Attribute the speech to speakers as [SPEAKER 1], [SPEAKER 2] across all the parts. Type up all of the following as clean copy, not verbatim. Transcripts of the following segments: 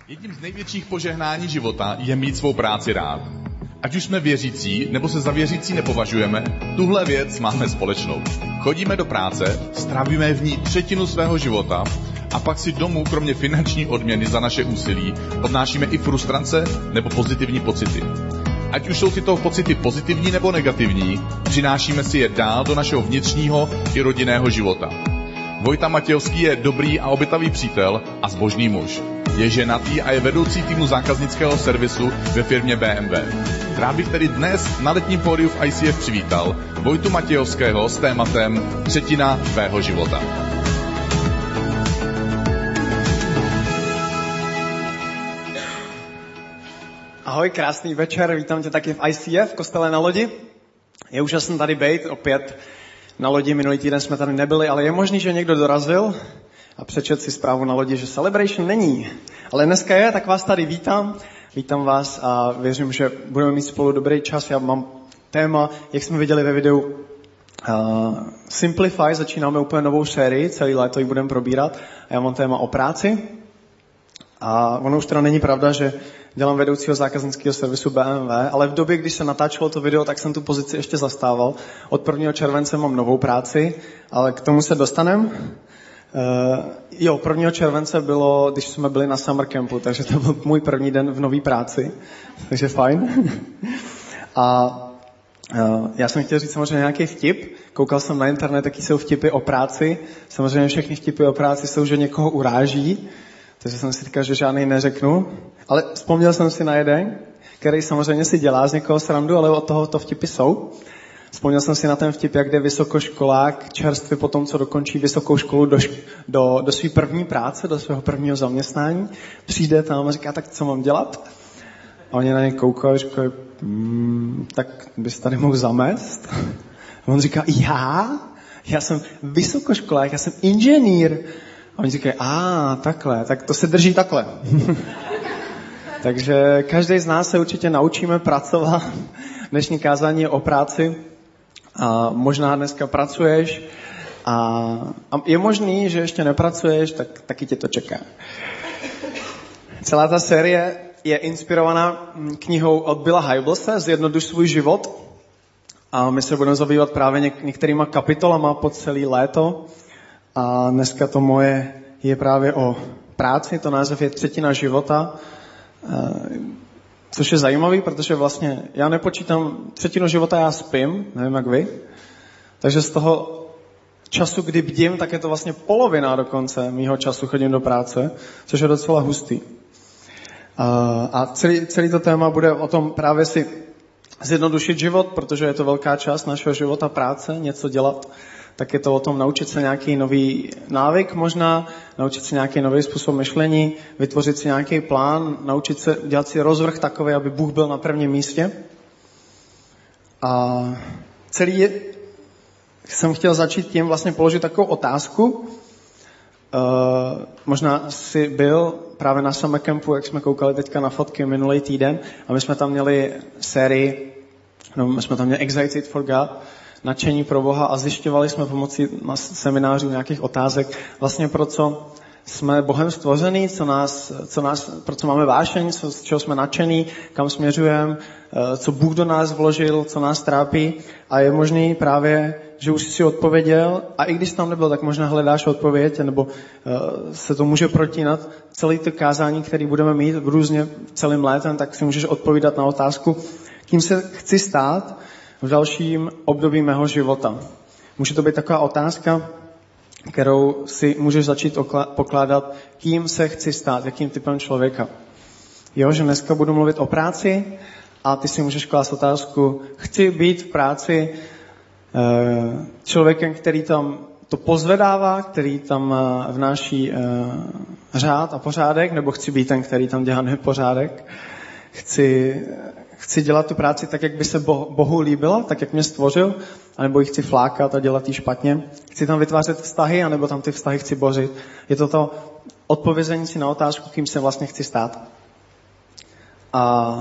[SPEAKER 1] Jedním z největších požehnání života je mít svou práci rád. Ať už jsme věřící, nebo se za věřící nepovažujeme, tuhle věc máme společnou. Chodíme do práce, strávíme v ní třetinu svého života a pak si domů, kromě finanční odměny za naše úsilí, odnášíme i frustrace nebo pozitivní pocity. Ať už jsou tyto pocity pozitivní nebo negativní, přinášíme si je dál do našeho vnitřního i rodinného života. Vojta Matějovský je dobrý a obětavý přítel a zbožný muž. Je ženatý a je vedoucí týmu zákaznického servisu ve firmě BMW. Rád bych tedy dnes na letním pódiu v ICF přivítal Vojtu Matějovského s tématem třetina tvého života.
[SPEAKER 2] Ahoj, krásný večer, vítám tě taky v ICF, v kostele na lodi. Je úžasné tady být opět na lodi, minulý týden jsme tady nebyli, ale je možný, že někdo dorazil a přečet si zprávu na lodi, že Celebration není. Ale dneska je, tak vás tady vítám vás a věřím, že budeme mít spolu dobrý čas. Já mám téma, jak jsme viděli ve videu, Simplify, začínáme úplně novou sérii, celý léto ji budeme probírat a já mám téma o práci. A ono už teda není pravda, že dělám vedoucího zákaznického servisu BMW, ale v době, když se natáčelo to video, tak jsem tu pozici ještě zastával. Od 1. července mám novou práci, ale k tomu se dostanem. 1. července bylo, když jsme byli na summer campu, takže to byl můj první den v nové práci, takže fajn. A já jsem chtěl říct samozřejmě nějaký vtip. Koukal jsem na internet, jaký jsou vtipy o práci. Samozřejmě všechny vtipy o práci jsou, že někoho uráží, takže jsem si říkal, že žádný neřeknu. Ale vzpomněl jsem si na jeden, který samozřejmě si dělá z někoho srandu, ale od tohoto vtipy jsou. Vzpomněl jsem si na ten vtip, jak jde vysokoškolák čerstvě po tom, co dokončí vysokou školu do své první práce, do svého prvního zaměstnání. Přijde tam a říká, tak co mám dělat? A oni na něj koukají a říkají, tak bys tady mohl zamést? A on říká, já jsem vysokoškolák, já jsem inženýr. A oni říkají, takhle, tak to se drží takhle. Takže každý z nás se určitě naučíme pracovat. Dnešní kázání je o práci. A možná dneska pracuješ a je možný, že ještě nepracuješ, tak taky tě to čeká. Celá ta série je inspirovaná knihou od Billa Hybelse Zjednoduš svůj život. A my se budeme zabývat právě některýma kapitolama po celé léto. A dneska to moje je právě o práci, to název je třetina života. Což je zajímavý, protože vlastně já nepočítám třetinu života, já spím, nevím jak vy. Takže z toho času, kdy bdím, tak je to vlastně polovina dokonce mýho času chodím do práce, což je docela hustý. A celý to téma bude o tom právě si zjednodušit život, protože je to velká část našeho života, práce, něco dělat. Tak je to o tom naučit se nějaký nový návyk možná, naučit se nějaký nový způsob myšlení, vytvořit si nějaký plán, naučit se dělat si rozvrh takový, aby Bůh byl na prvním místě. A jsem chtěl začít tím vlastně položit takovou otázku. Možná jsi byl právě na summer campu, jak jsme koukali teďka na fotky minulý týden a my jsme tam měli sérii, my jsme tam měli Excited for God, nadšení pro Boha a zjišťovali jsme pomocí seminářů nějakých otázek, vlastně pro co jsme Bohem stvořený, pro co máme vášeň, z čeho jsme nadšený, kam směřujeme, co Bůh do nás vložil, co nás trápí a je možný právě, že už jsi si odpověděl a i když tam nebyl, tak možná hledáš odpověď, nebo se to může protínat. Celý to kázání, který budeme mít různě celým létem, tak si můžeš odpovídat na otázku, kým se chci stát v dalším období mého života. Může to být taková otázka, kterou si můžeš začít pokládat, kým se chci stát, jakým typem člověka. Že dneska budu mluvit o práci a ty si můžeš klást otázku, chci být v práci člověkem, který tam to pozvedává, který tam vnáší řád a pořádek, nebo chci být ten, který tam dělá nepořádek. Chci dělat tu práci tak, jak by se Bohu líbila, tak, jak mě stvořil, anebo ji chci flákat a dělat ji špatně. Chci tam vytvářet vztahy, anebo tam ty vztahy chci bořit. Je to odpovězení si na otázku, kým se vlastně chci stát. A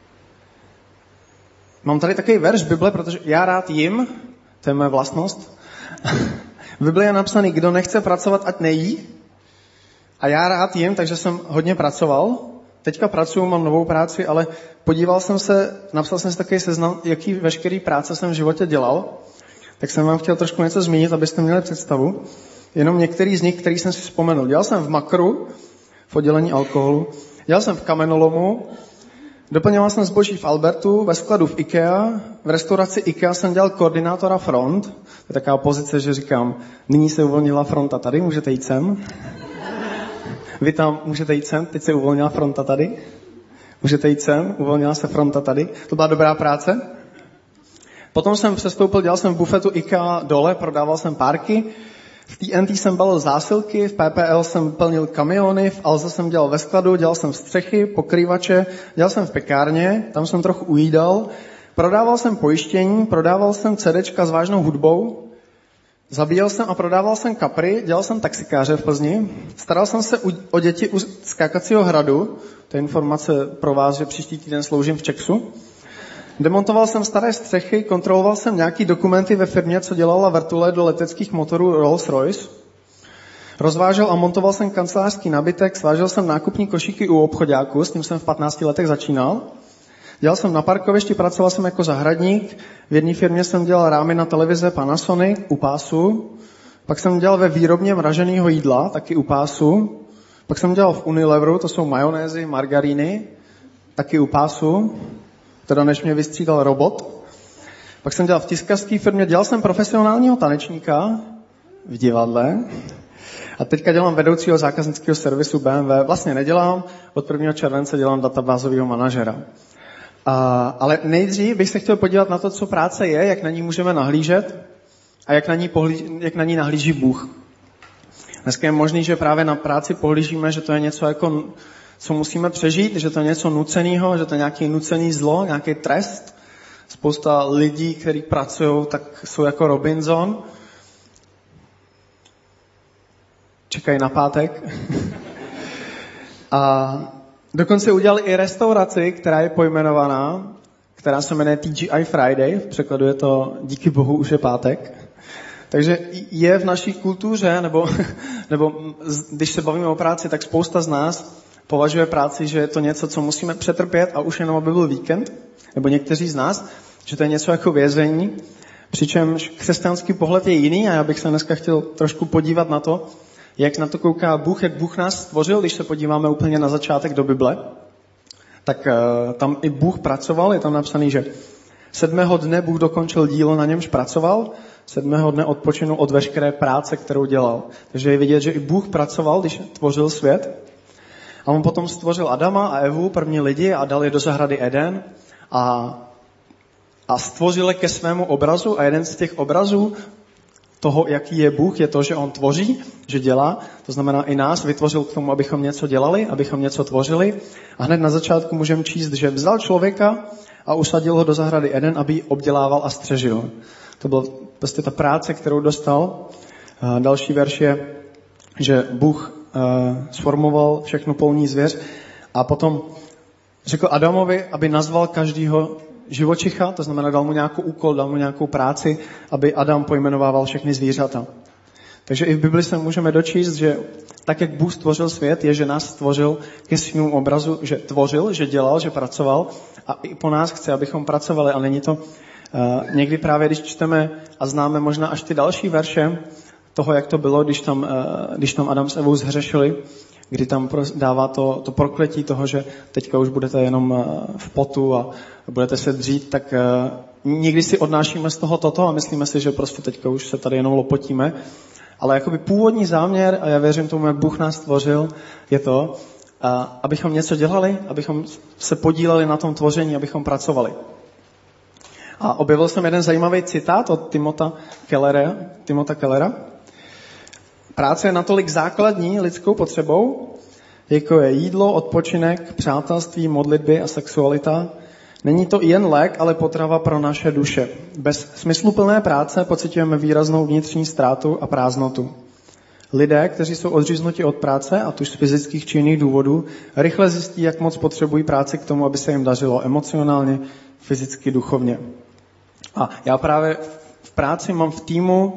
[SPEAKER 2] mám tady takový verš Bible, protože já rád jim, to je moje vlastnost. V Bibli je napsaný, kdo nechce pracovat, ať nejí. A já rád jim, takže jsem hodně pracoval. Teďka pracuju, mám novou práci, ale napsal jsem si takový seznam, jaký veškerý práce jsem v životě dělal. Tak jsem vám chtěl trošku něco zmínit, abyste měli představu. Jenom některý z nich, který jsem si vzpomenul. Dělal jsem v Makru, v oddělení alkoholu. Dělal jsem v kamenolomu. Doplňoval jsem zboží v Albertu, ve skladu v IKEA. V restauraci IKEA jsem dělal koordinátora front. To je taková pozice, že říkám, nyní se uvolnila fronta tady, můžete jít sem. Vy tam můžete jít sem, teď se uvolnila fronta tady. Můžete jít sem, uvolnila se fronta tady. To byla dobrá práce. Potom jsem přestoupil, dělal jsem v bufetu IKEA dole, prodával jsem párky. V TNT jsem balil zásilky, v PPL jsem plnil kamiony, v Alze jsem dělal ve skladu, dělal jsem střechy, pokrývače, dělal jsem v pekárně, tam jsem trochu ujídal. Prodával jsem pojištění, prodával jsem CDčka s vážnou hudbou, zabíjel jsem a prodával jsem kapry, dělal jsem taxikáře v Plzni, staral jsem se o děti u skákacího hradu, to je informace pro vás, že příští týden sloužím v Čeksu. Demontoval jsem staré střechy, kontroloval jsem nějaký dokumenty ve firmě, co dělala vrtule do leteckých motorů Rolls-Royce. Rozvážel a montoval jsem kancelářský nabytek, svážel jsem nákupní košíky u obchoďáku, s tím jsem v 15 letech začínal. Dělal jsem na parkovišti, pracoval jsem jako zahradník, v jedné firmě jsem dělal rámy na televize Panasonic u pásu, pak jsem dělal ve výrobně mraženého jídla, taky u pásu, pak jsem dělal v Unileveru, to jsou majonézy, margaríny, taky u pásu, teda než mě vystřídal robot. Pak jsem dělal v tiskařské firmě, dělal jsem profesionálního tanečníka v divadle a teďka dělám vedoucího zákaznického servisu BMW. Vlastně nedělám, od 1. července dělám databázového manažera. Ale nejdřív bych se chtěl podívat na to, co práce je, jak na ní můžeme nahlížet a jak na ní nahlíží Bůh. Dneska je možný, že právě na práci pohlížíme, že to je něco jako co musíme přežít, že to je něco nuceného, že to je nějaký nucený zlo, nějaký trest. Spousta lidí, kteří pracují, tak jsou jako Robinson. Čekají na pátek. A dokonce udělali i restauraci, která je pojmenovaná, která se jmenuje TGI Friday, v překladu je to díky Bohu už je pátek. Takže je v naší kultuře, nebo když se bavíme o práci, tak spousta z nás považuje práci, že je to něco, co musíme přetrpět a už jenom, aby byl víkend, nebo někteří z nás, že to je něco jako vězení, přičemž křesťanský pohled je jiný a já bych se dneska chtěl trošku podívat na to, jak na to kouká Bůh, jak Bůh nás stvořil, když se podíváme úplně na začátek do Bible, tak tam i Bůh pracoval, je tam napsaný, že 7. dne Bůh dokončil dílo, na němž pracoval, 7. dne odpočinul od veškeré práce, kterou dělal. Takže je vidět, že i Bůh pracoval, když tvořil svět. A on potom stvořil Adama a Evu, první lidi, a dal je do zahrady Eden a stvořil je ke svému obrazu. A jeden z těch obrazů toho, jaký je Bůh, je to, že on tvoří, že dělá. To znamená, i nás vytvořil k tomu, abychom něco dělali, abychom něco tvořili. A hned na začátku můžeme číst, že vzal člověka a usadil ho do zahrady Eden, aby ji obdělával a střežil. To byla prostě ta práce, kterou dostal. Další verš je, že Bůh sformoval všechno polní zvěř a potom řekl Adamovi, aby nazval každýho živočicha, to znamená dal mu nějakou úkol, dal mu nějakou práci, aby Adam pojmenovával všechny zvířata. Takže i v Bibli se můžeme dočíst, že tak, jak Bůh stvořil svět, je, že nás stvořil ke svému obrazu, že tvořil, že dělal, že pracoval a i po nás chce, abychom pracovali. A není to někdy právě, když čteme a známe možná až ty další verše toho, jak to bylo, když tam Adam s Evou zhřešili, kdy tam dává to prokletí toho, že teďka už budete jenom v potu a budete se dřít, tak někdy si odnášíme z toho toto a myslíme si, že prostě teďka už se tady jenom lopotíme. Ale jakoby původní záměr, a já věřím tomu, jak Bůh nás stvořil, je to, abychom něco dělali, abychom se podíleli na tom tvoření, abychom pracovali. A objevil jsem jeden zajímavý citát od Timotha Kellera. Práce je natolik základní lidskou potřebou, jako je jídlo, odpočinek, přátelství, modlitby a sexualita. Není to jen lék, ale potrava pro naše duše. Bez smysluplné práce pociťujeme výraznou vnitřní ztrátu a prázdnotu. Lidé, kteří jsou odříznuti od práce, a tuž z fyzických či jiných důvodů, rychle zjistí, jak moc potřebují práci k tomu, aby se jim dařilo emocionálně, fyzicky, duchovně. A já právě v práci mám v týmu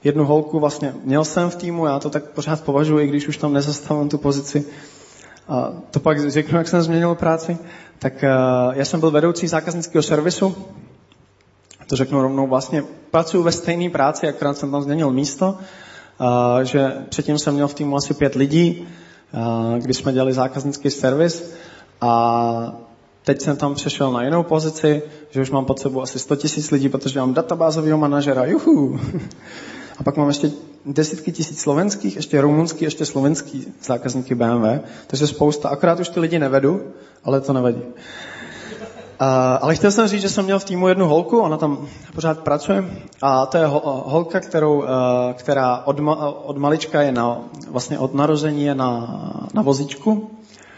[SPEAKER 2] jednu holku, vlastně měl jsem v týmu, já to tak pořád považuji, i když už tam nezastávám tu pozici. A to pak řeknu, jak jsem změnil práci. Tak já jsem byl vedoucí zákaznického servisu. To řeknu rovnou, vlastně pracuji ve stejné práci, akorát jsem tam změnil místo. Že předtím jsem měl v týmu asi 5 lidí, když jsme dělali zákaznický servis. A teď jsem tam přešel na jinou pozici, že už mám pod sebou asi 100 000 lidí, protože mám databázového manažera. Juhu. A pak mám ještě desítky tisíc slovenských, ještě rumunský, ještě slovenský zákazníky BMW. Takže spousta. Akorát už ty lidi nevedu, ale to nevadí. Ale chtěl jsem říct, že jsem měl v týmu jednu holku, ona tam pořád pracuje. A to je holka, která od malička je vlastně od narození je na vozíčku.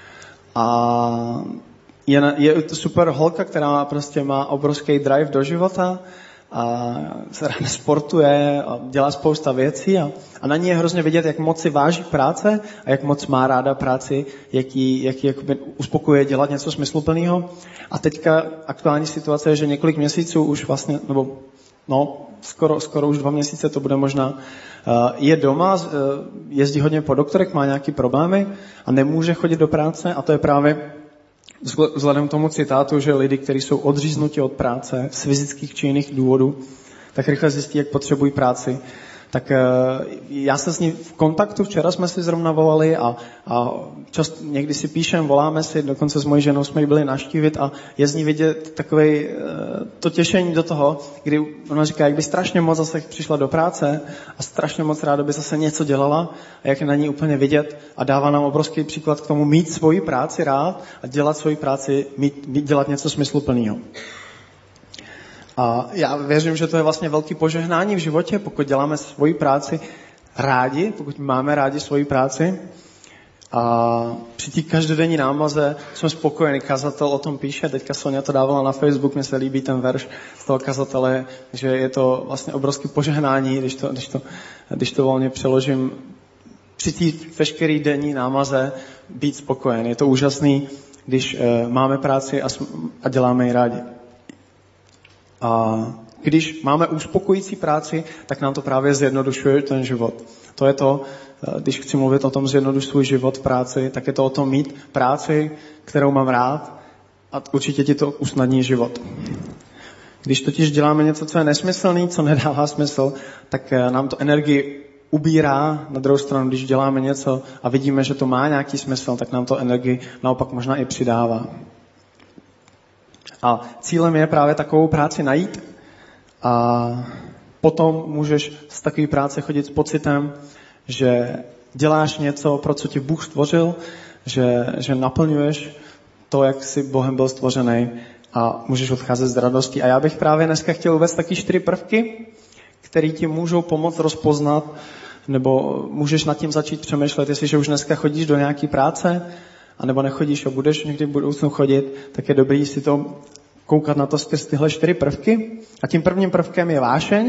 [SPEAKER 2] A je to super holka, která prostě má obrovský drive do života a se ráda sportuje a dělá spousta věcí a na ní je hrozně vidět, jak moc si váží práce a jak moc má ráda práci, jak ji uspokojuje dělat něco smysluplného. A teďka aktuální situace je, že několik měsíců už vlastně, nebo skoro už 2 měsíce to bude možná, je doma, jezdí hodně po doktorech, má nějaké problémy a nemůže chodit do práce a to je právě vzhledem k tomu citátu, že lidi, kteří jsou odříznuti od práce z fyzických či jiných důvodů, tak rychle zjistí, jak potřebují práci. Tak já jsem s ní v kontaktu, včera jsme si zrovna volali a někdy si píšem, voláme si, dokonce s mojí ženou jsme ji byli navštívit a je z ní vidět takovej to těšení do toho, kdy ona říká, jak by strašně moc zase přišla do práce a strašně moc ráda by zase něco dělala a jak je na ní úplně vidět a dává nám obrovský příklad k tomu mít svoji práci rád a dělat svoji práci, dělat něco smysluplného. A já věřím, že to je vlastně velký požehnání v životě, pokud děláme svoji práci rádi, pokud máme rádi svoji práci. A při té každodenní námaze jsme spokojeni. Kazatel o tom píše, teďka Sonia to dávala na Facebook, mně se líbí ten verš z toho kazatele, že je to vlastně obrovský požehnání, když to volně přeložím, při té veškeré denní námaze být spokojen. Je to úžasný, když máme práci a děláme ji rádi. A když máme uspokojící práci, tak nám to právě zjednodušuje ten život. To je to, když chci mluvit o tom zjednodušit svůj život v práci, tak je to o tom mít práci, kterou mám rád a určitě ti to usnadní život. Když totiž děláme něco, co je nesmyslný, co nedává smysl, tak nám to energii ubírá. Na druhou stranu, když děláme něco a vidíme, že to má nějaký smysl, tak nám to energii naopak možná i přidává. A cílem je právě takovou práci najít a potom můžeš z takové práce chodit s pocitem, že děláš něco, pro co tě Bůh stvořil, že naplňuješ to, jak jsi Bohem byl stvořený a můžeš odcházet z radosti. A já bych právě dneska chtěl uvést taky 4 prvky, které ti můžou pomoct rozpoznat, nebo můžeš nad tím začít přemýšlet, jestliže už dneska chodíš do nějaké práce, anebo nechodíš a budeš někdy v budoucnu chodit, tak je dobrý si to koukat na to skrz tyhle 4 prvky. A tím prvním prvkem je vášeň.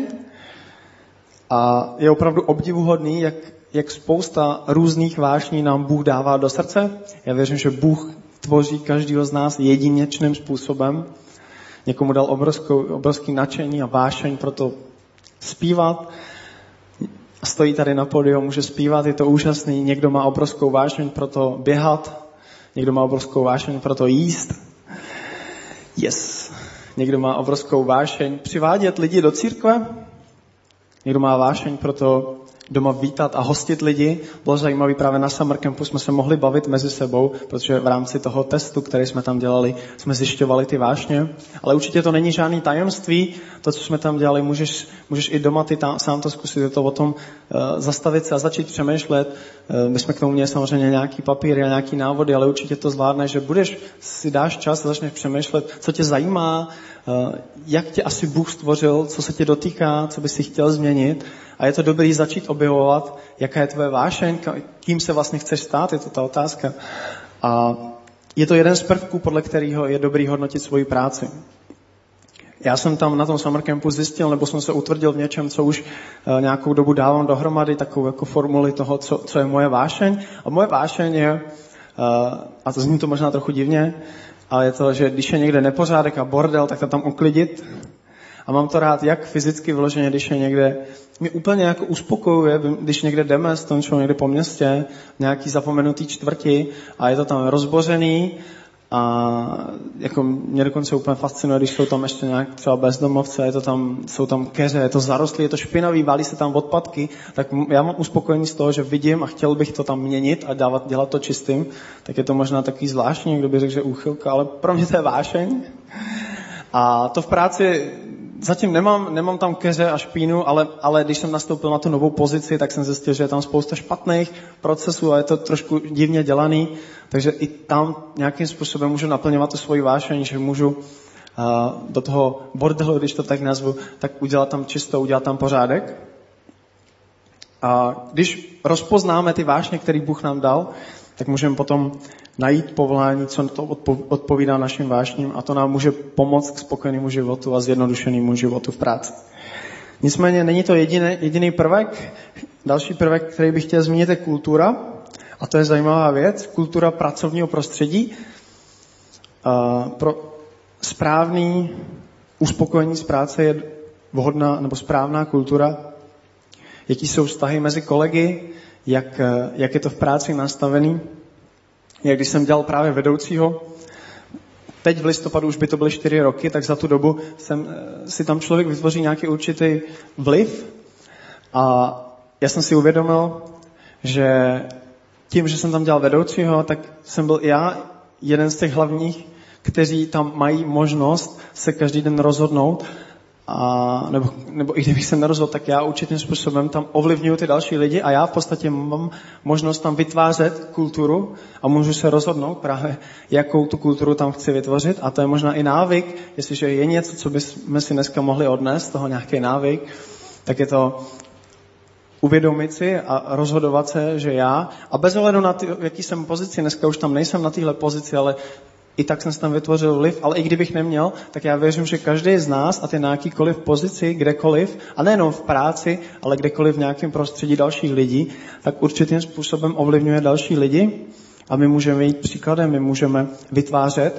[SPEAKER 2] A je opravdu obdivuhodný, jak spousta různých vášní nám Bůh dává do srdce. Já věřím, že Bůh tvoří každého z nás jedinečným způsobem. Někomu dal obrovský nadšení a vášeň pro to zpívat. Stojí tady na pódiu, může zpívat, je to úžasný. Někdo má obrovskou vášeň pro to běhat. Někdo má obrovskou vášeň pro to jíst. Yes. Někdo má obrovskou vášeň přivádět lidi do církve. Někdo má vášeň pro to doma vítat a hostit lidi. Bylo zajímavé, právě na Summer Campu jsme se mohli bavit mezi sebou, protože v rámci toho testu, který jsme tam dělali, jsme zjišťovali ty vášně. Ale určitě to není žádný tajemství. To, co jsme tam dělali, můžeš i doma ty sám to zkusit. Je to o tom zastavit se a začít přemýšlet. My jsme k tomu měli samozřejmě nějaký papír a nějaký návody, ale určitě to zvládneš, že si dáš čas a začneš přemýšlet, co tě zajímá, jak tě asi Bůh stvořil, co se tě dotýká, co bys si chtěl změnit. A je to dobrý začít objevovat, jaká je tvoje vášeň, kým se vlastně chceš stát, je to ta otázka. A je to jeden z prvků, podle kterého je dobrý hodnotit svoji práci. Já jsem tam na tom Summer Campu zjistil, nebo jsem se utvrdil v něčem, co už nějakou dobu dávám dohromady, takovou jako formuli toho, co je moje vášeň. A moje vášeň je, a to zní to možná trochu divně, ale je to, že když je někde nepořádek a bordel, tak to tam uklidit A mám to rád jak fyzicky vyloženě, když je někde, mě úplně jako uspokojuje, když někde jdeme, stončou někde po městě, nějaký zapomenutý čtvrti a je to tam rozbořený a jako mě dokonce úplně fascinuje, když jsou tam ještě nějak třeba bezdomovce, jsou tam keře, je to zarostlé, je to špinavý, válí se tam odpadky, tak já mám uspokojení z toho, že vidím a chtěl bych to tam měnit a dělat to čistým, tak je to možná takový zvláštní, kdo by řekl, že úchylka, ale pro mě to je vášeň. A to v práci zatím nemám tam keře a špínu, ale když jsem nastoupil na tu novou pozici, tak jsem zjistil, že je tam spousta špatných procesů a je to trošku divně dělaný, takže i tam nějakým způsobem můžu naplňovat tu svoji vášeň, že můžu do toho bordelu, když to tak nazvu, tak udělat tam čisto, udělat tam pořádek. A když rozpoznáme ty vášně, které Bůh nám dal, tak můžeme potom najít povolání, co to odpovídá našim vášním a to nám může pomoct k spokojenému životu a zjednodušenému životu v práci. Nicméně není to jediný prvek. Další prvek, který bych chtěl zmínit, je kultura. A to je zajímavá věc. Kultura pracovního prostředí. Pro správný uspokojení z práce je vhodná nebo správná kultura. Jaký jsou vztahy mezi kolegy, jak je to v práci nastavený. Jak když jsem dělal právě vedoucího, teď v listopadu už by to byly 4 roky, tak za tu dobu si tam člověk vytvoří nějaký určitý vliv a já jsem si uvědomil, že tím, že jsem tam dělal vedoucího, tak jsem byl já jeden z těch hlavních, kteří tam mají možnost se každý den rozhodnout, nebo i kdybych se nerozhodl, tak já určitým způsobem tam ovlivňuji ty další lidi a já v podstatě mám možnost tam vytvářet kulturu a můžu se rozhodnout právě, jakou tu kulturu tam chci vytvořit a to je možná i návyk, jestliže je něco, co bychom si dneska mohli odnést, toho nějaký návyk, tak je to uvědomit si a rozhodovat se, že já, a bez ohledu na v jaký jsem pozici, dneska už tam nejsem na téhle pozici, ale i tak jsem si tam vytvořil vliv, ale i kdybych neměl, tak já věřím, že každý z nás, a ty na jakýkoliv pozici, kdekoliv, a nejenom v práci, ale kdekoliv v nějakém prostředí dalších lidí, tak určitým způsobem ovlivňuje další lidi a my můžeme jít příkladem, my můžeme vytvářet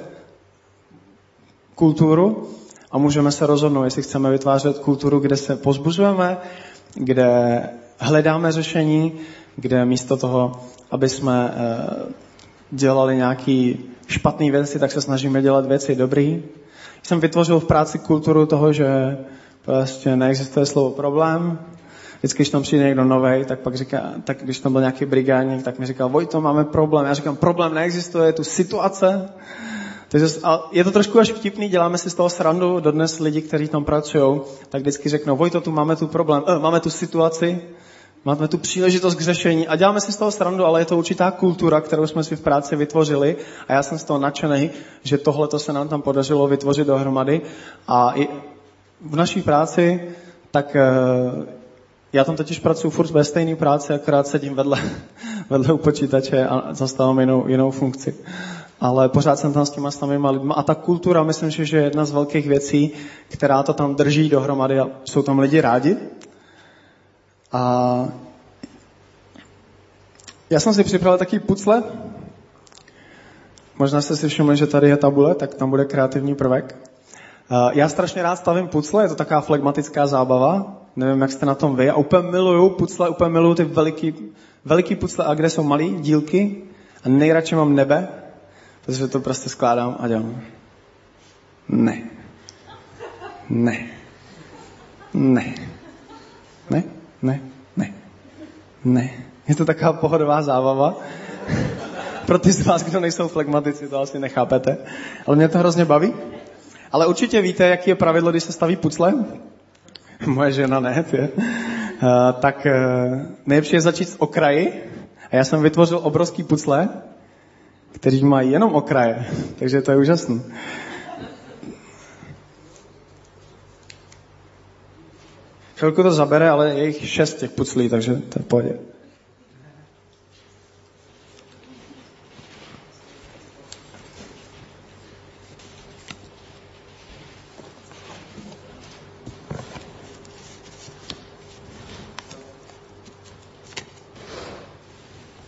[SPEAKER 2] kulturu a můžeme se rozhodnout, jestli chceme vytvářet kulturu, kde se pozbuzujeme, kde hledáme řešení, kde místo toho, aby jsme dělali nějaký špatné věci, tak se snažíme dělat věci dobrý. Jsem vytvořil v práci kulturu toho, že prostě neexistuje slovo problém. Vždycky, když tam přijde někdo novej, tak pak říká, tak když tam byl nějaký brigádník, tak mi říkal, Vojto, máme problém. Já říkám, problém neexistuje, je tu situace. Takže je to trošku až vtipný, děláme si z toho srandu, dodnes lidi, kteří tam pracují, tak vždycky řeknou, Vojto, tu máme tu problém, máme tu situaci, máme tu příležitost k řešení a děláme si z toho srandu, ale je to určitá kultura, kterou jsme si v práci vytvořili a já jsem z toho nadšený, že tohleto se nám tam podařilo vytvořit dohromady a i v naší práci, tak já tam totiž pracuji furt ve stejné práci, akorát sedím vedle u počítače a zastávám jinou funkci. Ale pořád jsem tam s těma samýma lidma a ta kultura, myslím, že je jedna z velkých věcí, která to tam drží dohromady a jsou tam lidi rádi. A já jsem si připravil taky pucle. Možná jste si všimli, že tady je tabule, tak tam bude kreativní prvek. Já strašně rád stavím pucle, je to taková flegmatická zábava. Nevím, jak jste na tom vy. Já úplně miluju pucle, úplně miluju ty veliký pucle, a kde jsou malý dílky. A nejradši mám nebe, protože to prostě skládám a dělám. Ne. Ne. Ne. Ne. Ne, ne, ne. Je to taková pohodová zábava. Pro ty z vás, kdo nejsou flegmatici, to asi nechápete. Ale mě to hrozně baví. Ale určitě víte, jaký je pravidlo, když se staví pucle? Moje žena ne, ty. Tak nejlepší je začít s okraji. A já jsem vytvořil obrovský pucle, který mají jenom okraje. Takže to je úžasný. Chvilku to zabere, ale je jich 6 těch puclí, takže to je v pohodě.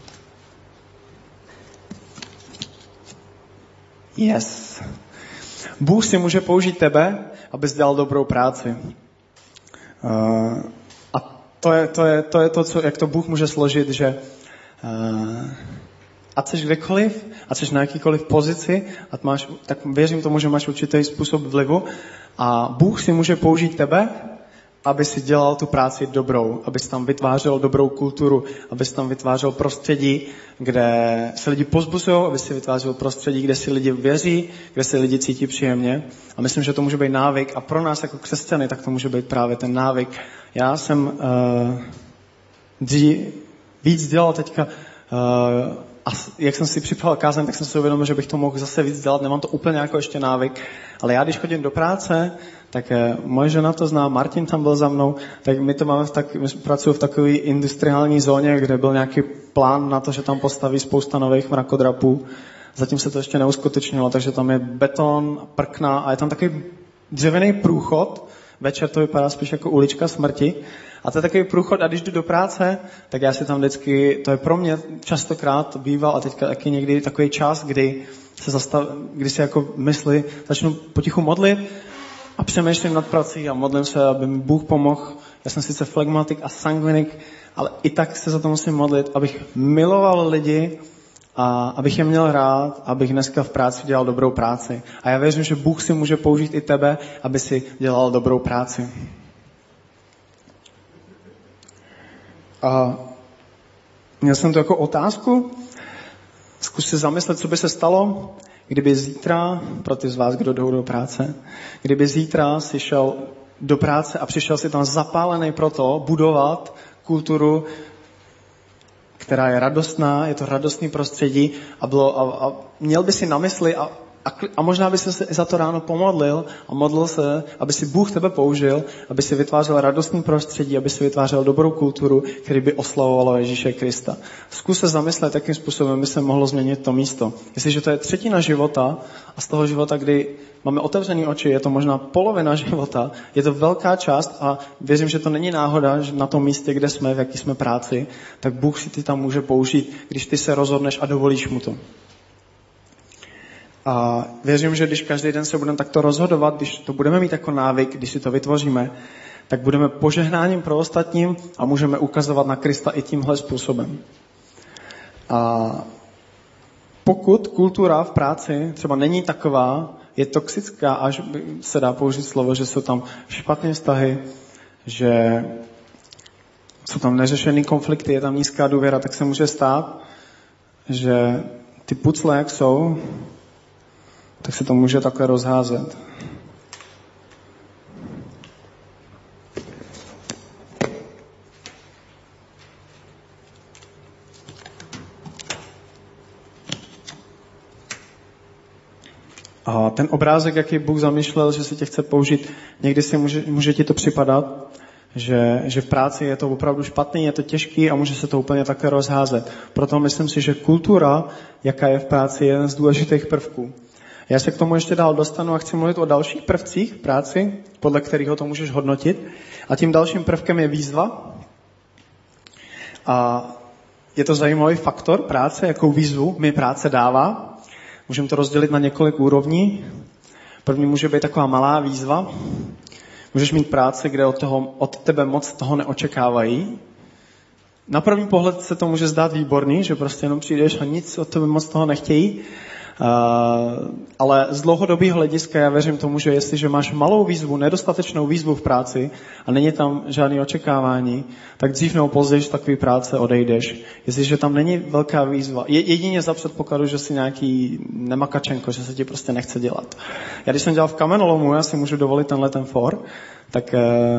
[SPEAKER 2] Yes. Bůh si může použít tebe, abys dělal dobrou práci. A to je to, jak to Bůh může složit, že ať jsi kdekoliv, ať jsi na jakýkoliv pozici, tak věřím tomu, že máš určitý způsob vlivu a Bůh si může použít tebe, aby si dělal tu práci dobrou, abys tam vytvářel dobrou kulturu, abys tam vytvářel prostředí, kde se lidi pozbuzují, aby si vytvářel prostředí, kde si lidi věří, kde se lidi cítí příjemně. A myslím, že to může být návyk a pro nás jako křesťany, tak to může být právě ten návyk. Já jsem víc dělal teďka, a jak jsem si připravil kázeň, tak jsem si uvědomil, že bych to mohl zase víc dělat. Nemám to úplně jako ještě návyk, ale já když chodím do práce, tak moje žena to zná, Martin tam byl za mnou, tak my to máme my pracuji v takové industriální zóně, kde byl nějaký plán na to, že tam postaví spousta nových mrakodrapů. Zatím se to ještě neuskutečnilo, takže tam je beton, prkna a je tam takový dřevěný průchod. Večer to vypadá spíš jako ulička smrti. A to je takový průchod a když jdu do práce, tak já si tam vždycky, to je pro mě častokrát býval a teďka taky někdy takový čas, kdy si jako mysli začnu potichu modlit a přemýšlím nad prací a modlím se, aby mi Bůh pomohl. Já jsem sice flegmatik a sangvinik, ale i tak se za to musím modlit, abych miloval lidi a abych je měl rád, abych dneska v práci dělal dobrou práci. A já věřím, že Bůh si může použít i tebe, aby si dělal dobrou práci. A měl jsem to jako otázku. Zkus si zamyslet, co by se stalo, kdyby zítra, pro ty z vás, kdo jdou do práce, kdyby zítra si šel do práce a přišel si tam zapálený pro to budovat kulturu, která je radostná, je to radostný prostředí a měl by si na mysli a možná by se za to ráno pomodlil a modlil se, aby si Bůh tebe použil, aby si vytvářel radostný prostředí, aby si vytvářel dobrou kulturu, který by oslavovalo Ježíše Krista. Zkus se zamyslet, jakým způsobem by se mohlo změnit to místo. Jestliže to je třetina života a z toho života, kdy máme otevřený oči, je to možná polovina života, je to velká část a věřím, že to není náhoda, že na tom místě, kde jsme, v jaký jsme práci, tak Bůh si ty tam může použít, když ty se rozhodneš a dovolíš mu to. A věřím, že když každý den se budeme takto rozhodovat, když to budeme mít jako návyk, když si to vytvoříme, tak budeme požehnáním pro ostatním a můžeme ukazovat na Krista i tímhle způsobem. A pokud kultura v práci třeba není taková, je toxická, až se dá použít slovo, že jsou tam špatné vztahy, že jsou tam neřešený konflikty, je tam nízká důvěra, tak se může stát, že ty pucle, jak jsou, tak se to může takhle rozházet. A ten obrázek, jaký Bůh zamýšlel, že si tě chce použít, někdy si může ti to připadat, že v práci je to opravdu špatný, je to těžký a může se to úplně také rozházet. Proto myslím si, že kultura, jaká je v práci, je jeden z důležitých prvků. Já se k tomu ještě dál dostanu a chci mluvit o dalších prvcích v práci, podle kterého to můžeš hodnotit. A tím dalším prvkem je výzva. A je to zajímavý faktor práce, jakou výzvu mi práce dává. Můžeme to rozdělit na několik úrovní. První může být taková malá výzva. Můžeš mít práci, kde od tebe moc toho neočekávají. Na první pohled se to může zdát výborný, že prostě jenom přijdeš a nic od tebe moc toho nechtějí. Ale z dlouhodobého hlediska já věřím tomu, že jestliže máš malou výzvu, nedostatečnou výzvu v práci a není tam žádné očekávání, tak dřív nebo později z takové práce odejdeš. Jestliže tam není velká výzva, jedině za předpokladu, že jsi nějaký nemakačenko, že se ti prostě nechce dělat. Já když jsem dělal v kamenolomu, já si můžu dovolit ten for, tak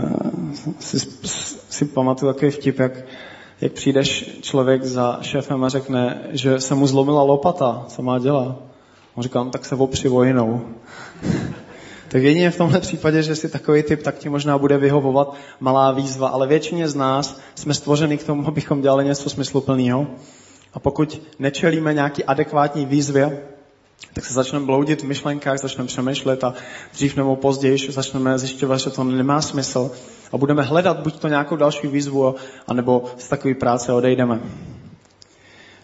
[SPEAKER 2] si pamatuju takový vtip, jak přijdeš člověk za šéfem a řekne, že se mu zlomila lopata, co má dělat. On říká, tak se opři o jinou. Tak jedině v tomhle případě, že jsi takový typ, tak ti možná bude vyhovovat malá výzva, ale většině z nás jsme stvořeni k tomu, abychom dělali něco smysluplného. A pokud nečelíme nějaký adekvátní výzvě, tak se začneme bloudit v myšlenkách, začneme přemýšlet a dřív nebo později začneme zjišťovat, že to nemá smysl a budeme hledat buď to nějakou další výzvu, anebo z takové práce odejdeme.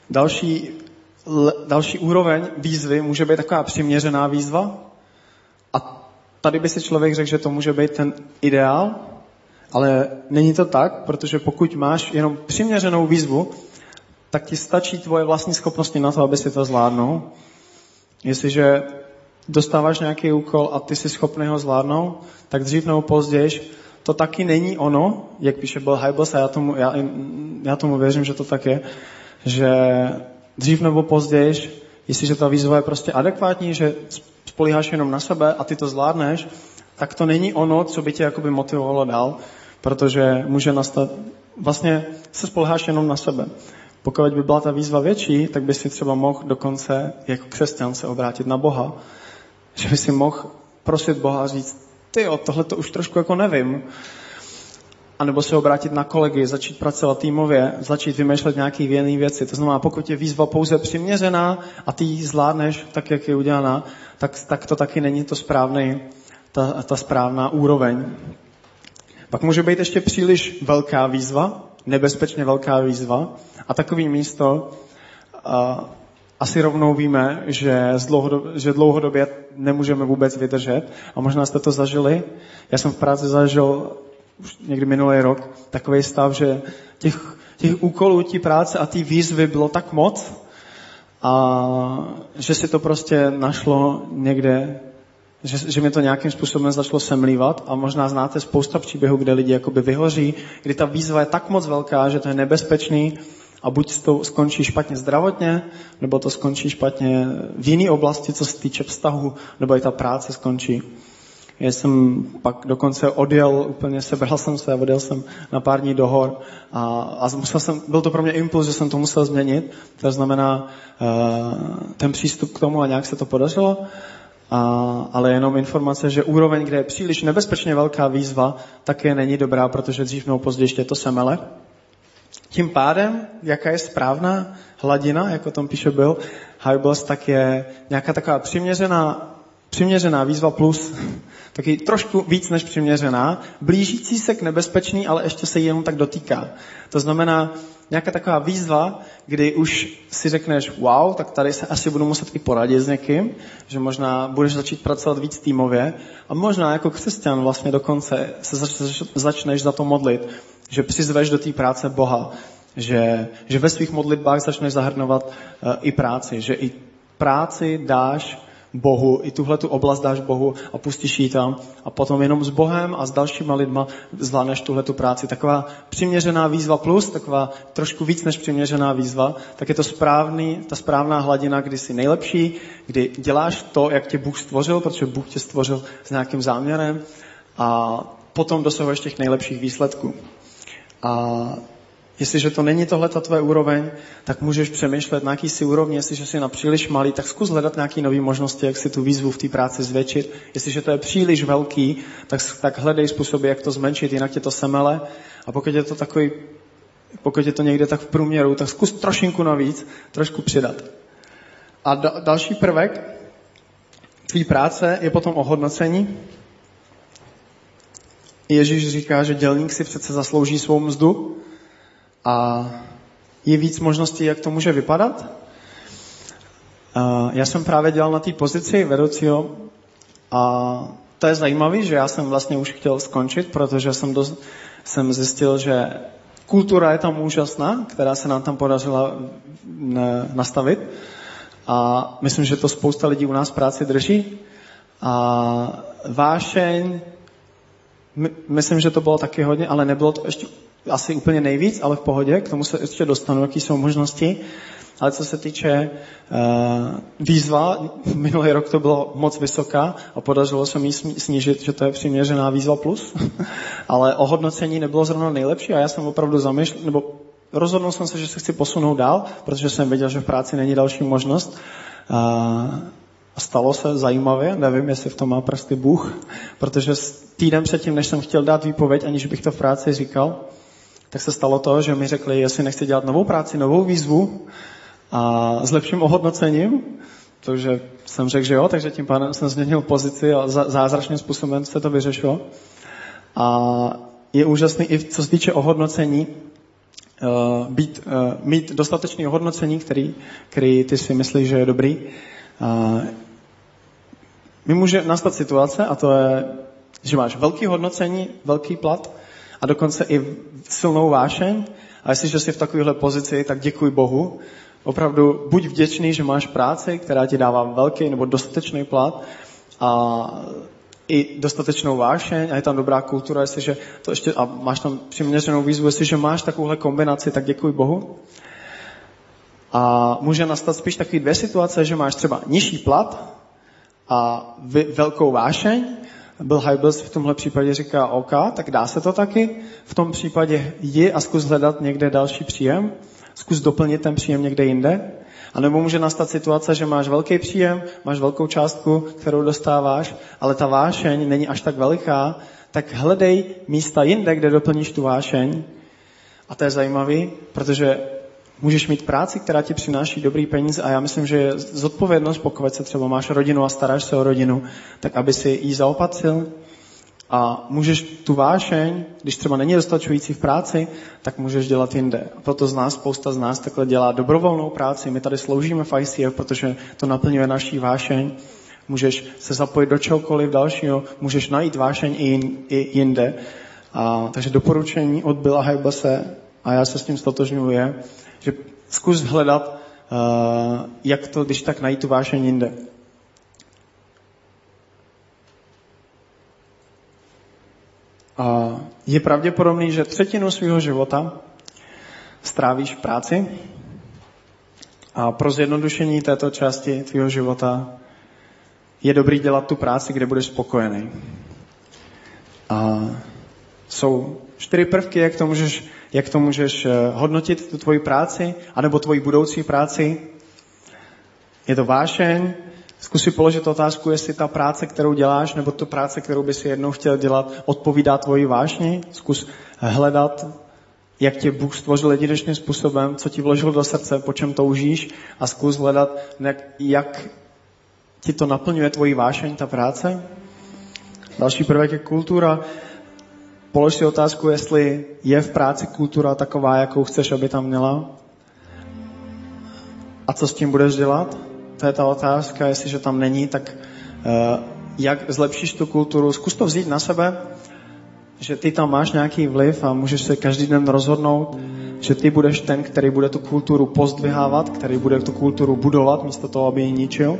[SPEAKER 2] Další úroveň výzvy může být taková přiměřená výzva A tady by si člověk řekl, že to může být ten ideál, ale není to tak, protože pokud máš jenom přiměřenou výzvu, tak ti stačí tvoje vlastní schopnosti na to, aby si to zvládnul. Jestliže dostáváš nějaký úkol a ty jsi schopný ho zvládnout, tak dřív nebo později to taky není ono, jak píše Bill Hybels, a já tomu věřím, že to tak je, že dřív nebo později, jestliže ta výzva je prostě adekvátní, že spolíháš jenom na sebe a ty to zvládneš, tak to není ono, co by tě jakoby motivovalo dál, protože může nastat, vlastně se spoléháš jenom na sebe. Pokud by byla ta výzva větší, tak by si třeba mohl dokonce jako křesťan se obrátit na Boha. Že by si mohl prosit Boha a říct, tyjo, tohle to už trošku jako nevím. A nebo se obrátit na kolegy, začít pracovat týmově, začít vymýšlet nějaké jiné věci. To znamená, pokud je výzva pouze přiměřená a ty ji zvládneš tak, jak je udělaná, tak to taky není to správný, ta správná úroveň. Pak může být ještě příliš velká výzva, nebezpečně velká výzva a takový místo asi rovnou víme, že dlouhodobě nemůžeme vůbec vydržet. A možná jste to zažili. Já jsem v práci zažil už někdy minulý rok takový stav, že těch úkolů, té práce a té výzvy bylo tak moc, a že si to prostě našlo někde, že mi to nějakým způsobem začalo semlívat. A možná znáte spousta příběhů, kde lidi jakoby vyhoří, kdy ta výzva je tak moc velká, že to je nebezpečný a buď to skončí špatně zdravotně, nebo to skončí špatně v jiné oblasti, co se týče vztahu, nebo i ta práce skončí. Já jsem pak dokonce sebral jsem se a odjel jsem na pár dní do hor a byl to pro mě impuls, že jsem to musel změnit. To znamená ten přístup k tomu a nějak se to podařilo. Ale jenom informace, že úroveň, kde je příliš nebezpečně velká výzva, také není dobrá, protože dřív nebo později je to semele. Tím pádem, jaká je správná hladina, jako tam píše Bill Hybels, tak je nějaká taková přiměřená výzva plus, taky trošku víc než přiměřená, blížící se k nebezpečný, ale ještě se jí jenom tak dotýká. To znamená nějaká taková výzva, kdy už si řekneš, wow, tak tady se asi budu muset i poradit s někým, že možná budeš začít pracovat víc týmově a možná jako křesťan vlastně dokonce se začneš za to modlit, že přizveš do té práce Boha, že ve svých modlitbách začneš zahrnovat i práci, že i práci dáš Bohu, i tuhletu oblast dáš Bohu a pustíš ji tam a potom jenom s Bohem a s dalšíma lidma zvládneš tuhletu práci. Taková přiměřená výzva plus, taková trošku víc než přiměřená výzva, tak je to ta správná hladina, kdy jsi nejlepší, kdy děláš to, jak tě Bůh stvořil, protože Bůh tě stvořil s nějakým záměrem a potom dosahuješ těch nejlepších výsledků. A jestliže to není tohleta tvoje úroveň, tak můžeš přemýšlet na jakýsi úrovni, jestliže jsi na příliš malý, tak zkus hledat nějaké nové možnosti, jak si tu výzvu v té práci zvětšit. Jestliže to je příliš velký, tak hledej způsoby, jak to zmenšit, jinak tě to semele. A pokud je to někde tak v průměru, tak zkus trošinku navíc, trošku přidat. A další prvek tvý práce je potom ohodnocení. Ježíš říká, že dělník si přece zaslouží svou mzdu. A je víc možností, jak to může vypadat. Já jsem právě dělal na té pozici vedoucího a to je zajímavé, že já jsem vlastně už chtěl skončit, protože jsem zjistil, že kultura je tam úžasná, která se nám tam podařila nastavit a myslím, že to spousta lidí u nás v práci drží. A vášeň, myslím, že to bylo taky hodně, ale nebylo to ještě asi úplně nejvíc, ale v pohodě, k tomu se ještě dostanu, jaký jsou možnosti. Ale co se týče výzva, minulý rok to bylo moc vysoká a podařilo se mi snížit, že to je přiměřená výzva plus, ale ohodnocení nebylo zrovna nejlepší a já jsem opravdu rozhodnul jsem se, že se chci posunout dál, protože jsem věděl, že v práci není další možnost. A stalo se zajímavě, nevím, jestli v tom má prsty Bůh, protože týden předtím, než jsem chtěl dát výpověď, aniž bych to v práci říkal, tak se stalo to, že mi řekli, jestli nechci dělat novou práci, novou výzvu a s lepším ohodnocením. Takže jsem řekl, že jo, takže tím pádem jsem změnil pozici a zázračným způsobem se to vyřešilo. A je úžasný i co se týče ohodnocení, mít dostatečné ohodnocení, který ty si myslíš, že je dobrý. mi může nastat situace, a to je, že máš velký hodnocení, velký plat a dokonce i silnou vášeň. A jestliže jsi v takovéhle pozici, tak děkuj Bohu. Opravdu buď vděčný, že máš práci, která ti dává velký nebo dostatečný plat a i dostatečnou vášeň a je tam dobrá kultura, jestliže to ještě, a máš tam přiměřenou výzvu, jestliže máš takovouhle kombinaci, tak děkuj Bohu. A může nastat spíš takový dvě situace, že máš třeba nižší plat a velkou vášeň. Bill Hybels v tomhle případě říká, OK, tak dá se to taky. V tom případě jdi a zkus hledat někde další příjem. Zkus doplnit ten příjem někde jinde. A nebo může nastat situace, že máš velký příjem, máš velkou částku, kterou dostáváš, ale ta vášeň není až tak veliká, tak hledej místa jinde, kde doplníš tu vášeň. A to je zajímavý, protože můžeš mít práci, která ti přináší dobrý peníze a já myslím, že je zodpovědnost, pokud se třeba máš rodinu a staráš se o rodinu, tak aby si ji zaopatřil a můžeš tu vášeň, když třeba není dostačující v práci, tak můžeš dělat jinde. A proto spousta z nás takhle dělá dobrovolnou práci. My tady sloužíme v ICF, protože to naplňuje naší vášeň. Můžeš se zapojit do čehokoliv dalšího, můžeš najít vášeň i jinde. Takže doporučení od Billa Hybelse, a já se s tím stotožňuji, je, že zkus hledat, jak to, když tak najít tu vášeň jinde. Je pravděpodobný, že třetinu svého života strávíš v práci a pro zjednodušení této části tvého života je dobrý dělat tu práci, kde budeš spokojený. A jsou 4 prvky, jak to můžeš hodnotit, tu tvoji práci, anebo tvoji budoucí práci. Je to vášeň. Zkus si položit otázku, jestli ta práce, kterou děláš, nebo tu práce, kterou by si jednou chtěl dělat, odpovídá tvoji vášni. Zkus hledat, jak tě Bůh stvořil jedinečným způsobem, co ti vložil do srdce, po čem toužíš a zkus hledat, jak ti to naplňuje tvoji vášeň, ta práce. Další prvek je kultura. Polož si otázku, jestli je v práci kultura taková, jakou chceš, aby tam měla. A co s tím budeš dělat? To je ta otázka, jestliže tam není, tak jak zlepšíš tu kulturu? Zkus to vzít na sebe, že ty tam máš nějaký vliv a můžeš se každý den rozhodnout, že ty budeš ten, který bude tu kulturu pozdvihávat, který bude tu kulturu budovat, místo toho, aby ji ničil.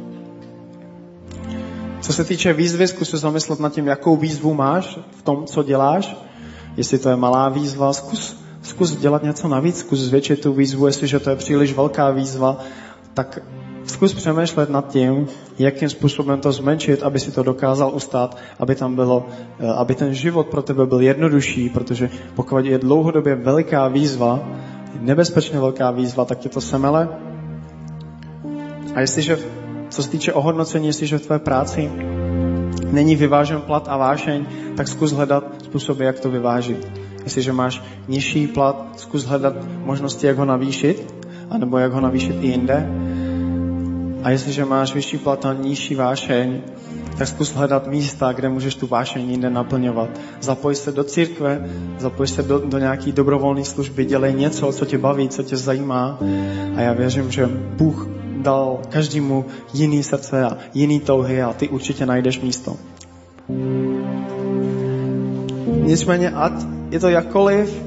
[SPEAKER 2] Co se týče výzvy, zkus se zamyslet nad tím, jakou výzvu máš v tom, co děláš. Jestli to je malá výzva, zkus dělat něco navíc, zkus zvětšit tu výzvu. Jestliže to je příliš velká výzva, tak zkus přemýšlet nad tím, jakým způsobem to zmenšit, aby si to dokázal ustát, aby ten život pro tebe byl jednodušší, protože pokud je dlouhodobě veliká výzva, nebezpečně velká výzva, tak tě to semele. A co se týče ohodnocení, jestliže v tvé práci není vyvážen plat a vášeň, tak zkus hledat způsoby, jak to vyvážit. Jestliže máš nižší plat, zkus hledat možnosti, jak ho navýšit, anebo jak ho navýšit i jinde. A jestliže máš vyšší plat a nižší vášeň, tak zkus hledat místa, kde můžeš tu vášeň jinde naplňovat. Zapoj se do církve, zapoj se do nějaký dobrovolné služby, dělej něco, co tě baví, co tě zajímá. A já věřím, že Bůh dal každému jiný srdce a jiný touhy a ty určitě najdeš místo. Nicméně, ať je to jakkoliv,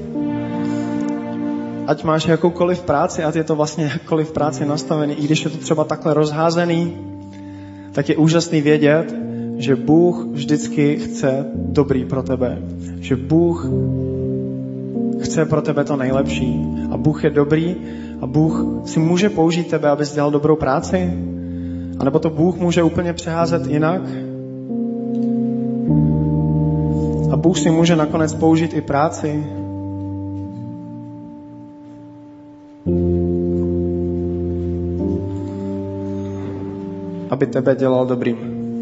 [SPEAKER 2] ať máš jakoukoliv práci, ať je to vlastně jakkoliv práci nastavený, i když je to třeba takhle rozházený, tak je úžasný vědět, že Bůh vždycky chce dobrý pro tebe. Že Bůh chce pro tebe to nejlepší. A Bůh je dobrý a Bůh si může použít tebe, abys dělal dobrou práci. A nebo to Bůh může úplně přeházet jinak. A Bůh si může nakonec použít i práci, aby tebe dělal dobrým.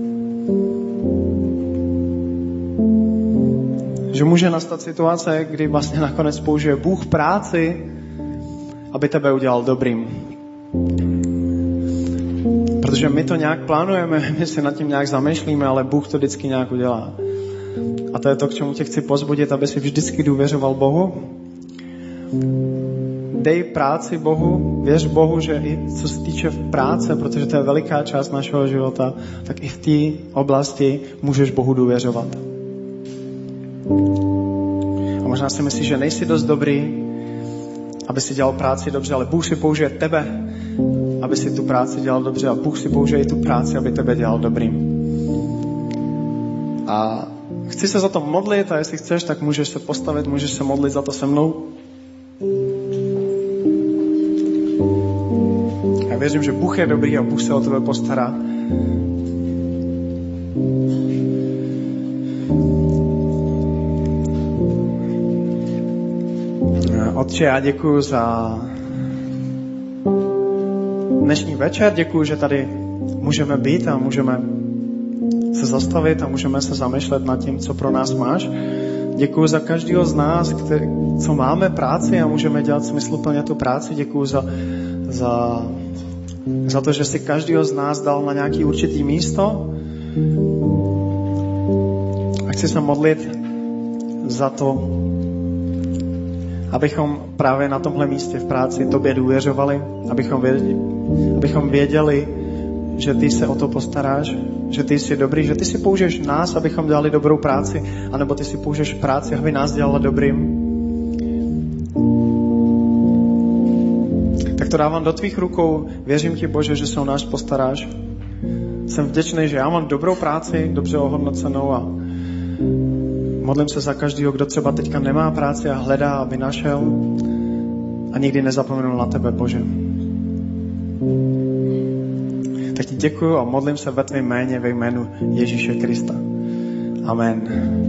[SPEAKER 2] Že může nastat situace, kdy vlastně nakonec použije Bůh práci, aby tebe udělal dobrým. Protože my to nějak plánujeme, my si nad tím nějak zamýšlíme, ale Bůh to vždycky nějak udělá. A to je to, k čemu tě chci pozbudit, aby si vždycky důvěřoval Bohu. dej práci Bohu, věř Bohu, že i co se týče práce, protože to je veliká část našeho života, tak i v té oblasti můžeš Bohu důvěřovat. A možná si myslíš, že nejsi dost dobrý, aby si dělal práci dobře, ale Bůh si použije tebe, aby si tu práci dělal dobře a Bůh si použije i tu práci, aby tebe dělal dobrým. A chci se za to modlit a jestli chceš, tak můžeš se postavit, můžeš se modlit za to se mnou. Já věřím, že Bůh je dobrý a Bůh se o tebe postará. Otče, já děkuju za dnešní večer, děkuju, že tady můžeme být a můžeme se zastavit a můžeme se zamýšlet nad tím, co pro nás máš. Děkuju za každého z nás, co máme práci a můžeme dělat smysluplně tu práci. Děkuju za to, že si každého z nás dal na nějaký určitý místo. A chci se modlit za to, abychom právě na tomhle místě v práci tobě důvěřovali, abychom věděli, že ty se o to postaráš, že ty jsi dobrý, že ty si použiješ nás, abychom dělali dobrou práci, anebo ty si použiješ práci, aby nás dělala dobrým. Tak to dávám do tvých rukou. Věřím ti, Bože, že se o nás postaráš. Jsem vděčný, že já mám dobrou práci, dobře ohodnocenou a modlím se za každého, kdo třeba teďka nemá práci a hledá, aby našel a nikdy nezapomenul na tebe, Bože. Tak ti děkuju a modlím se ve tvém jméně, ve jménu Ježíše Krista. Amen.